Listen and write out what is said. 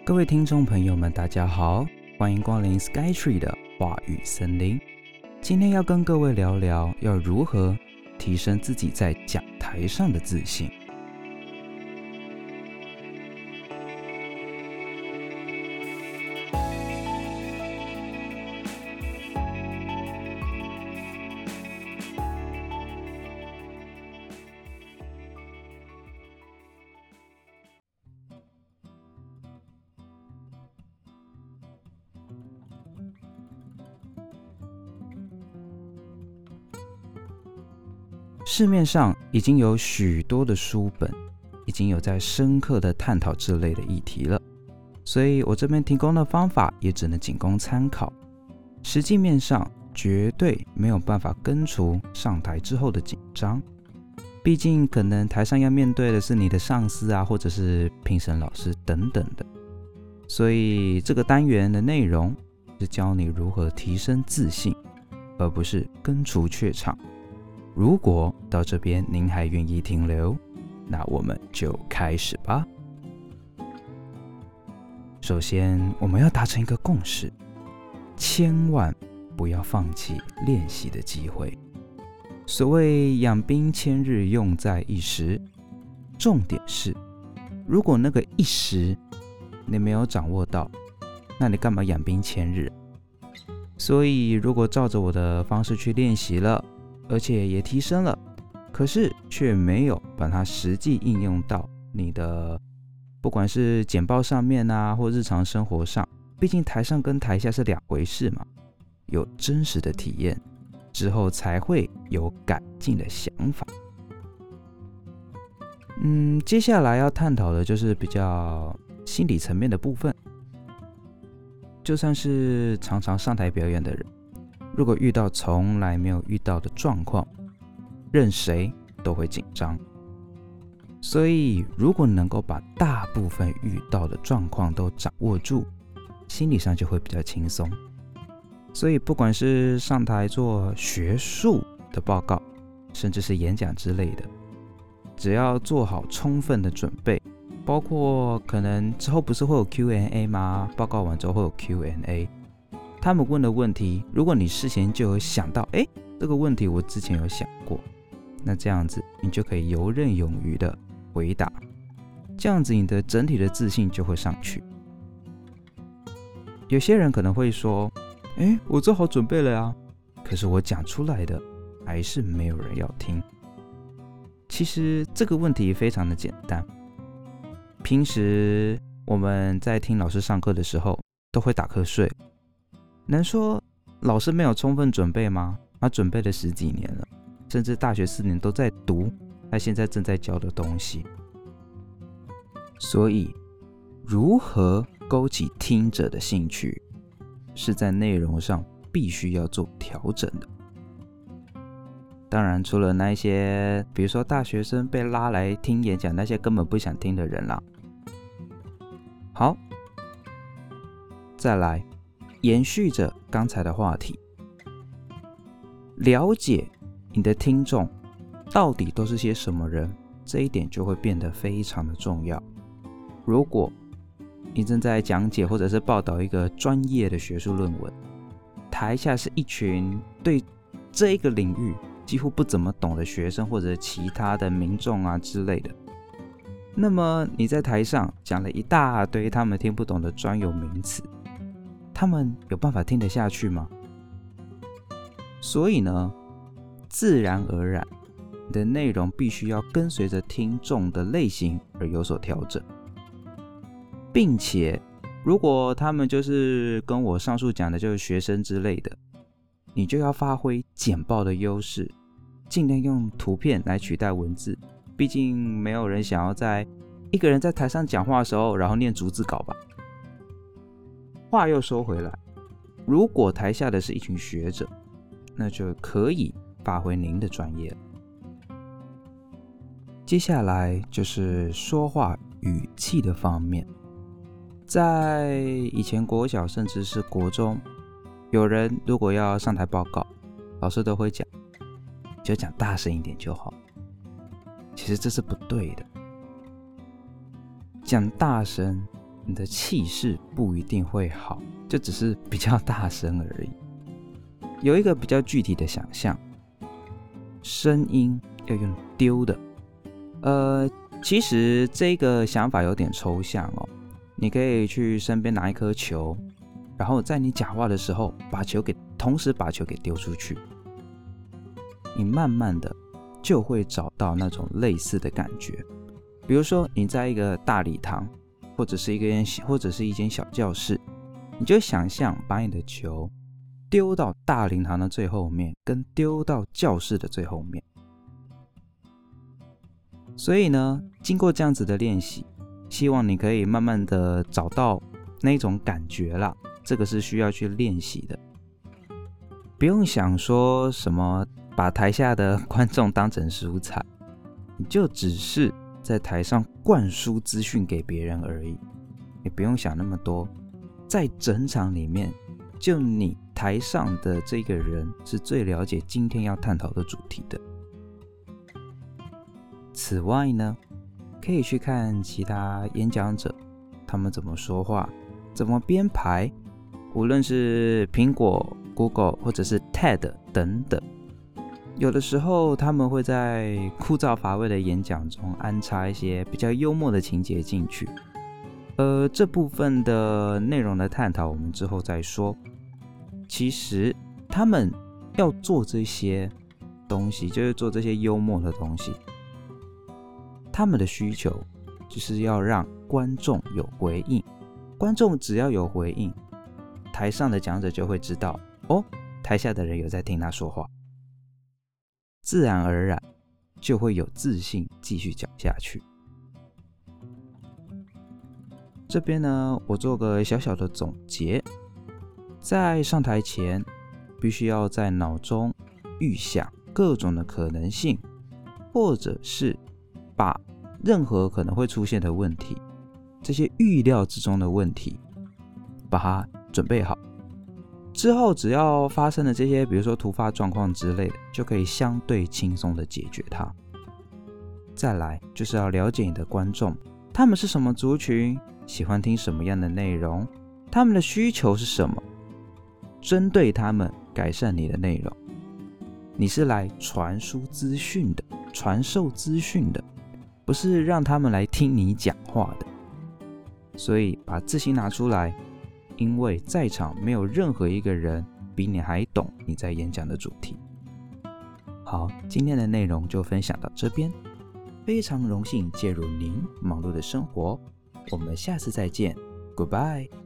各位听众朋友们，大家好，欢迎光临 Skytree 的话语森林。今天要跟各位聊聊要如何提升自己在讲台上的自信。市面上已经有许多的书本，已经有在深刻的探讨这类的议题了，所以我这边提供的方法也只能仅供参考，实际面上绝对没有办法根除上台之后的紧张，毕竟可能台上要面对的是你的上司啊，或者是评审老师等等的，所以这个单元的内容是教你如何提升自信，而不是根除怯场。如果到这边您还愿意停留，那我们就开始吧。首先，我们要达成一个共识，千万不要放弃练习的机会。所谓养兵千日，用在一时，重点是，如果那个一时你没有掌握到，那你干嘛养兵千日？所以，如果照着我的方式去练习了，而且也提升了，可是却没有把它实际应用到你的不管是简报上面啊，或日常生活上，毕竟台上跟台下是两回事嘛，有真实的体验之后才会有改进的想法。接下来要探讨的就是比较心理层面的部分。就算是常常上台表演的人，如果遇到从来没有遇到的状况，任谁都会紧张。所以如果能够把大部分遇到的状况都掌握住，心理上就会比较轻松。所以不管是上台做学术的报告，甚至是演讲之类的，只要做好充分的准备，包括可能之后不是会有 Q&A 吗？报告完之后会有 Q&A，他们问的问题，如果你事先就有想到，这个问题我之前有想过，那这样子你就可以游刃有余的回答，这样子你的整体的自信就会上去。有些人可能会说，我做好准备了呀，可是我讲出来的还是没有人要听。其实这个问题非常的简单，平时我们在听老师上课的时候都会打瞌睡，能说老师没有充分准备吗？他准备了10几年了，甚至大学4年都在读他现在正在教的东西。所以如何勾起听者的兴趣，是在内容上必须要做调整的。当然除了那一些比如说大学生被拉来听演讲，那些根本不想听的人啦。好，再来延续着刚才的话题，了解你的听众到底都是些什么人，这一点就会变得非常的重要。如果你正在讲解或者是报道一个专业的学术论文，台下是一群对这一个领域几乎不怎么懂的学生或者其他的民众啊之类的，那么你在台上讲了一大堆他们听不懂的专有名词，他们有办法听得下去吗？所以呢，自然而然你的内容必须要跟随着听众的类型而有所调整，并且如果他们就是跟我上述讲的就是学生之类的，你就要发挥简报的优势，尽量用图片来取代文字，毕竟没有人想要在一个人在台上讲话的时候然后念逐字稿吧。话又说回来，如果台下的是一群学者，那就可以发挥您的专业了。接下来就是说话语气的方面，在以前国小甚至是国中，有人如果要上台报告，老师都会讲，就讲大声一点就好。其实这是不对的，讲大声你的气势不一定会好，就只是比较大声而已。有一个比较具体的想象，声音要用丢的。其实这个想法有点抽象哦。你可以去身边拿一颗球，然后在你讲话的时候同时把球给丢出去，你慢慢的就会找到那种类似的感觉。比如说你在一个大礼堂，或者是一间小教室，你就想象把你的球丢到大礼堂的最后面，跟丢到教室的最后面。所以呢，经过这样子的练习，希望你可以慢慢的找到那种感觉啦，这个是需要去练习的。不用想说什么把台下的观众当成蔬菜，你就只是在台上灌输资讯给别人而已。你不用想那么多，在整场里面，就你台上的这个人是最了解今天要探讨的主题的。此外呢，可以去看其他演讲者他们怎么说话，怎么编排，无论是苹果、Google 或者是 TED 等等，有的时候他们会在枯燥乏味的演讲中安插一些比较幽默的情节进去。这部分的内容的探讨我们之后再说。其实他们要做这些东西，就是做这些幽默的东西，他们的需求就是要让观众有回应。观众只要有回应，台上的讲者就会知道，台下的人有在听他说话，自然而然就会有自信继续讲下去。这边呢，我做个小小的总结。在上台前，必须要在脑中预想各种的可能性，或者是把任何可能会出现的问题，这些预料之中的问题，把它准备好。之后只要发生了这些，比如说突发状况之类的，就可以相对轻松的解决它。再来就是要了解你的观众，他们是什么族群，喜欢听什么样的内容，他们的需求是什么，针对他们改善你的内容。你是来传输资讯的，传授资讯的，不是让他们来听你讲话的。所以把自信拿出来，因为在场没有任何一个人比你还懂你在演讲的主题。好，今天的内容就分享到这边，非常荣幸介入您忙碌的生活，我们下次再见 ，Goodbye。